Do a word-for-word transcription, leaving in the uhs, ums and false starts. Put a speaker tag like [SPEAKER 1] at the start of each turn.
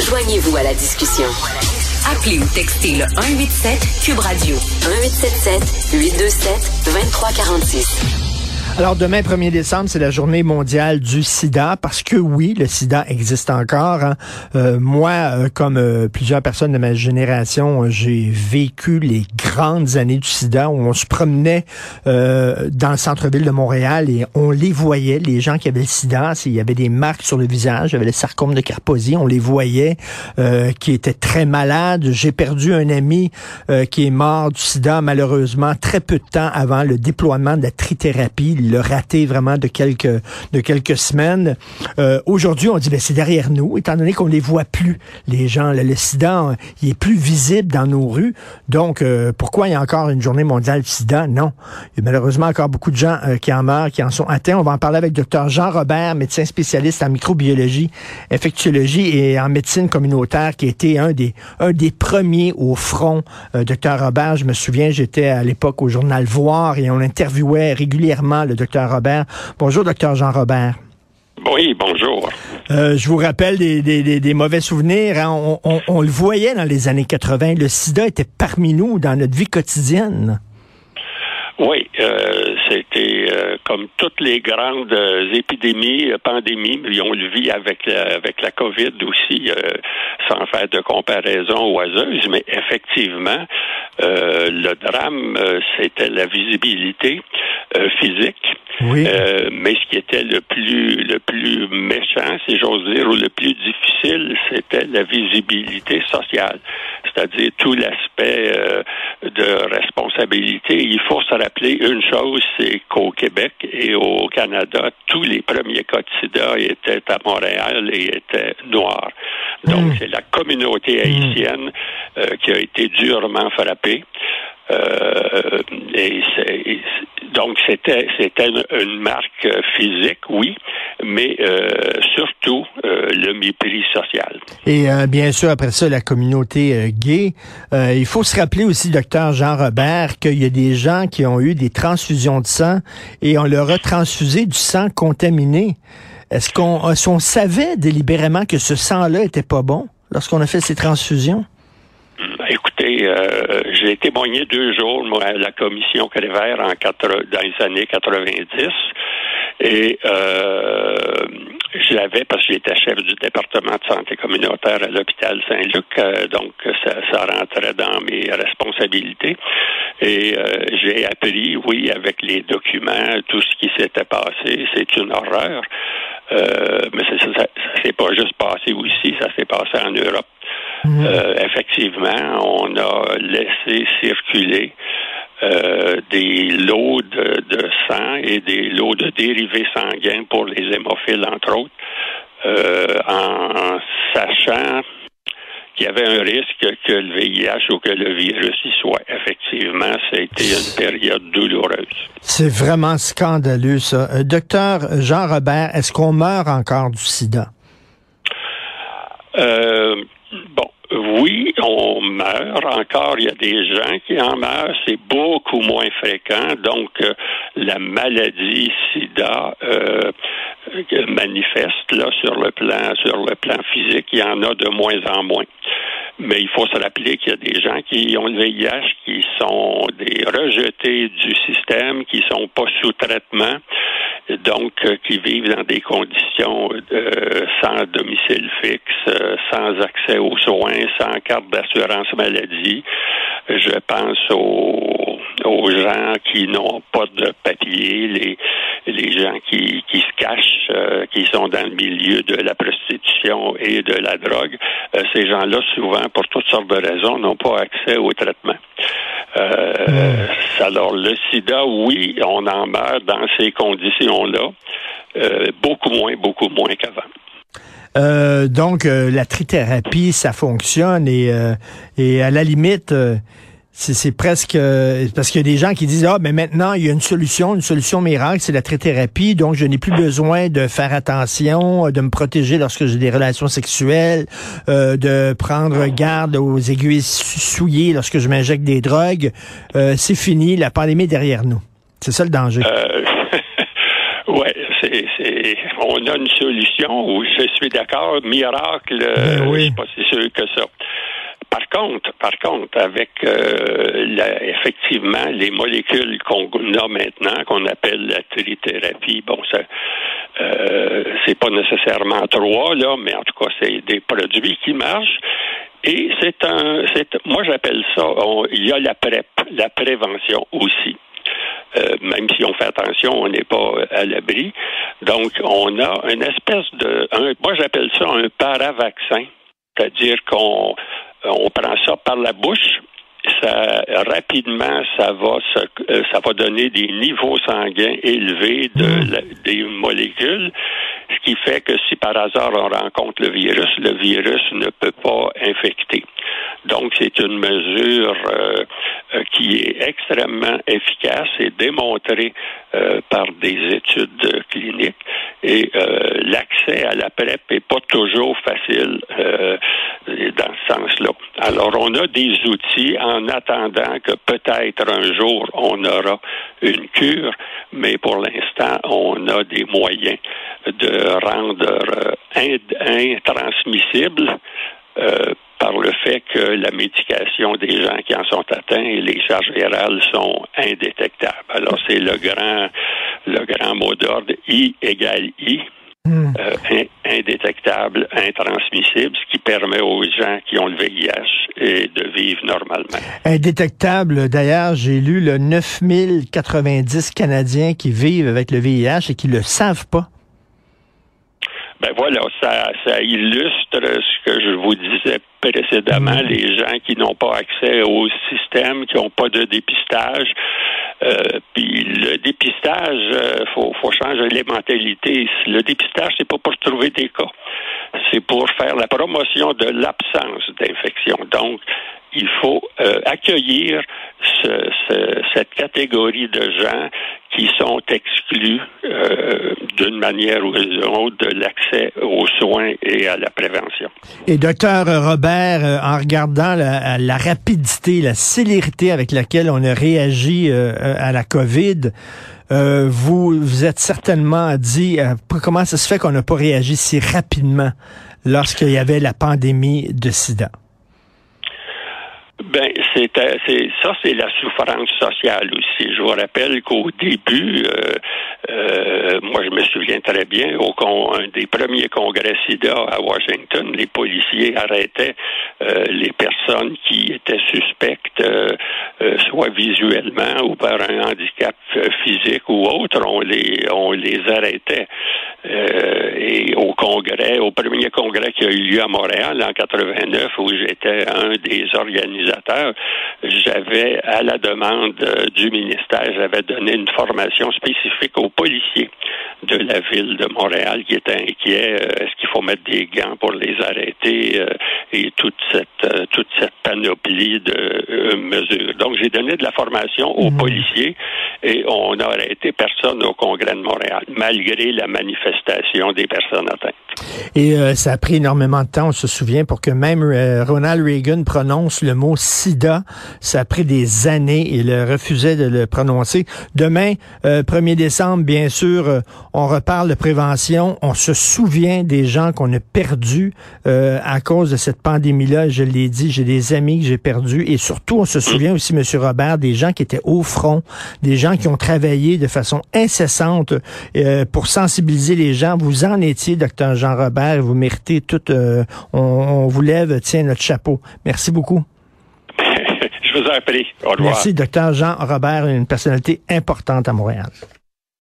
[SPEAKER 1] Joignez-vous à la discussion. Appelez ou textez le un huit sept Cube Radio. un huit sept sept huit deux sept deux trois quatre six.
[SPEAKER 2] Alors, demain, premier décembre, c'est la journée mondiale du sida, parce que oui, le sida existe encore. Hein. Euh, moi, euh, comme euh, plusieurs personnes de ma génération, euh, j'ai vécu les grandes années du sida, où on se promenait euh, dans le centre-ville de Montréal et on les voyait, les gens qui avaient le sida. Il y avait des marques sur le visage, il y avait le sarcome de Kaposi, on les voyait, euh, qui étaient très malades. J'ai perdu un ami euh, qui est mort du sida, malheureusement, très peu de temps avant le déploiement de la trithérapie. Il l'a raté vraiment de quelques de quelques semaines. Euh, aujourd'hui, on dit ben c'est derrière nous, étant donné qu'on les voit plus, les gens. Le, le sida, il est plus visible dans nos rues. Donc, euh, pourquoi il y a encore une journée mondiale du sida? Non. Il y a malheureusement encore beaucoup de gens euh, qui en meurent, qui en sont atteints. On va en parler avec docteur Jean Robert, médecin spécialiste en microbiologie, infectiologie et en médecine communautaire, qui a été un des un des premiers au front. Euh, docteur Robert, je me souviens, j'étais à l'époque au journal Voir et on interviewait régulièrement le docteur Robert. Bonjour, docteur Jean Robert.
[SPEAKER 3] Oui, bonjour.
[SPEAKER 2] Euh, je vous rappelle des, des, des, des mauvais souvenirs. Hein? On, on, on le voyait dans les années quatre-vingt. Le sida était parmi nous dans notre vie quotidienne.
[SPEAKER 3] Oui, euh, c'était euh, comme toutes les grandes euh, épidémies, euh, pandémies, mais on le vit avec la, avec la COVID aussi, euh, sans faire de comparaison oiseuse, mais effectivement, euh, le drame, euh, c'était la visibilité euh, physique.
[SPEAKER 2] Oui.
[SPEAKER 3] Euh, mais ce qui était le plus le plus méchant, si j'ose dire, ou le plus difficile, c'était la visibilité sociale. C'est-à-dire tout l'aspect euh, de responsabilité. Il faut se rappeler une chose, c'est qu'au Québec et au Canada, tous les premiers cas de sida étaient à Montréal et étaient noirs. Donc, mmh. c'est la communauté haïtienne euh, qui a été durement frappée. Euh, et c'est, donc c'était c'était une, une marque physique, oui, mais euh, surtout euh, le mépris social.
[SPEAKER 2] Et euh, bien sûr, après ça, la communauté euh, gay. Euh, il faut se rappeler aussi, docteur Jean Robert, qu'il y a des gens qui ont eu des transfusions de sang et on leur a transfusé du sang contaminé. Est-ce qu'on, est-ce qu'on savait délibérément que ce sang-là était pas bon lorsqu'on a fait ces transfusions?
[SPEAKER 3] Écoutez, euh, j'ai témoigné deux jours, moi, à la commission Crévert en quatre, dans les années quatre-vingt-dix. Et euh, je l'avais parce que j'étais chef du département de santé communautaire à l'hôpital Saint-Luc, euh, donc ça, ça rentrait dans mes responsabilités. Et euh, j'ai appris, oui, avec les documents, tout ce qui s'était passé. C'est une horreur. Euh, mais ça, ça, ça s'est pas juste passé ici, ça s'est passé en Europe. Mmh. Euh, effectivement, on a laissé circuler euh, des lots de, de sang et des lots de dérivés sanguins pour les hémophiles, entre autres, euh, en sachant qu'il y avait un risque que le V I H ou que le virus y soit. Effectivement, ça a été une période douloureuse.
[SPEAKER 2] C'est vraiment scandaleux, ça. Euh, docteur Jean Robert, est-ce qu'on meurt encore du sida?
[SPEAKER 3] Euh, bon, oui, on meurt encore. Il y a des gens qui en meurent. C'est beaucoup moins fréquent. Donc, euh, la maladie sida euh, manifeste là sur le plan sur le plan physique. Il y en a de moins en moins. Mais il faut se rappeler qu'il y a des gens qui ont le V I H, qui sont des rejetés du système, qui sont pas sous traitement, donc euh, qui vivent dans des conditions euh, sans domicile fixe, euh, sans accès aux soins, sans carte d'assurance maladie. Je pense aux, aux gens qui n'ont pas de papier, les les gens qui, qui se cachent, euh, qui sont dans le milieu de la prostitution et de la drogue. Euh, ces gens-là, souvent, pour toutes sortes de raisons, n'ont pas accès au traitement. Euh, mmh. Alors, le sida, oui, on en meurt dans ces conditions-là, euh, beaucoup moins, beaucoup moins qu'avant.
[SPEAKER 2] Euh, donc, euh, la trithérapie, ça fonctionne et, euh, et à la limite... Euh C'est, c'est presque... Euh, parce qu'il y a des gens qui disent « Ah, mais maintenant, il y a une solution, une solution miracle, c'est la trithérapie, donc je n'ai plus besoin de faire attention, de me protéger lorsque j'ai des relations sexuelles, euh, de prendre garde aux aiguilles souillées lorsque je m'injecte des drogues. Euh, c'est fini, la pandémie est derrière nous. » C'est ça le danger.
[SPEAKER 3] Euh, ouais, c'est, c'est, c'est, on a une solution où je suis d'accord, miracle,
[SPEAKER 2] ben oui.
[SPEAKER 3] je suis pas si sûr que ça. Par contre, par contre, avec euh, la, effectivement les molécules qu'on a maintenant, qu'on appelle la trithérapie, bon, ça, euh, c'est pas nécessairement trois là, mais en tout cas, c'est des produits qui marchent. Et c'est un, c'est, moi j'appelle ça, on, il y a la PrEP, la prévention aussi. Euh, même si on fait attention, on n'est pas à l'abri. Donc, on a une espèce de, un, moi j'appelle ça un paravaccin, c'est-à-dire qu'on on prend ça par la bouche. Ça, rapidement, ça va se, ça va donner des niveaux sanguins élevés de la, des molécules, ce qui fait que si par hasard on rencontre le virus, le virus ne peut pas infecter. Donc, c'est une mesure euh, qui est extrêmement efficace et démontrée euh, par des études cliniques. Et euh, l'accès à la PrEP n'est pas toujours facile euh, dans ce sens-là. Alors, on a des outils en attendant que peut-être un jour on aura une cure, mais pour l'instant, on a des moyens de rendre euh, intransmissible euh, par le fait que la médication des gens qui en sont atteints et les charges virales sont indétectables. Alors, c'est le grand, le grand mot d'ordre, I égale I. Mmh. Euh, indétectable, intransmissible, ce qui permet aux gens qui ont le V I H et de vivre normalement.
[SPEAKER 2] Indétectable, d'ailleurs, j'ai lu le neuf mille quatre-vingt-dix Canadiens qui vivent avec le V I H et qui le savent pas.
[SPEAKER 3] Ben voilà, ça, ça illustre ce que je vous disais précédemment, mmh. les gens qui n'ont pas accès au système, qui n'ont pas de dépistage. Euh, puis le dépistage, euh, faut, faut changer les mentalités. Le dépistage, c'est pas pour trouver des cas, c'est pour faire la promotion de l'absence d'infection. Donc, il faut euh, accueillir ce, ce, cette catégorie de gens qui sont exclus euh, d'une manière ou d'une autre de l'accès aux soins et à la prévention.
[SPEAKER 2] Et docteur Robert, euh, en regardant la, la rapidité, la célérité avec laquelle on a réagi euh, à la COVID, euh, vous vous êtes certainement dit euh, comment ça se fait qu'on n'a pas réagi si rapidement lorsqu'il y avait la pandémie de sida.
[SPEAKER 3] Ben, c'est, c'est ça, c'est la souffrance sociale aussi. Je vous rappelle qu'au début, euh, euh, moi, je me souviens très bien, au con, un des premiers congrès SIDA à Washington, les policiers arrêtaient euh, les personnes qui étaient suspectes, euh, euh, soit visuellement ou par un handicap physique ou autre, on les, on les arrêtait. Euh, et au congrès, au premier congrès qui a eu lieu à Montréal en quatre-vingt-neuf, où j'étais un des organisateurs, j'avais, à la demande du ministère, j'avais donné une formation spécifique aux policiers de la ville de Montréal qui étaient inquiets. Euh, est-ce qu'il faut mettre des gants pour les arrêter euh, et toute cette euh, toute cette panoplie de euh, mesures. Donc, j'ai donné de la formation aux mmh. policiers et on n'a arrêté personne au congrès de Montréal, malgré la manifestation des personnes atteintes.
[SPEAKER 2] Et euh, ça a pris énormément de temps, on se souvient, pour que même euh, Ronald Reagan prononce le mot sida. Ça a pris des années. Il refusait de le prononcer. Demain, euh, premier décembre, bien sûr, euh, on reparle de prévention. On se souvient des gens qu'on a perdus euh, à cause de cette pandémie-là. Je l'ai dit, j'ai des amis que j'ai perdus. Et surtout, on se souvient aussi, M. Robert, des gens qui étaient au front, des gens qui ont travaillé de façon incessante euh, pour sensibiliser les gens. Vous en étiez, docteur Jean Robert, vous méritez tout. Euh, on, on vous lève, tiens, notre chapeau. Merci beaucoup.
[SPEAKER 3] Je vous en prie. Au revoir.
[SPEAKER 2] Merci, docteur Jean Robert, une personnalité importante à Montréal.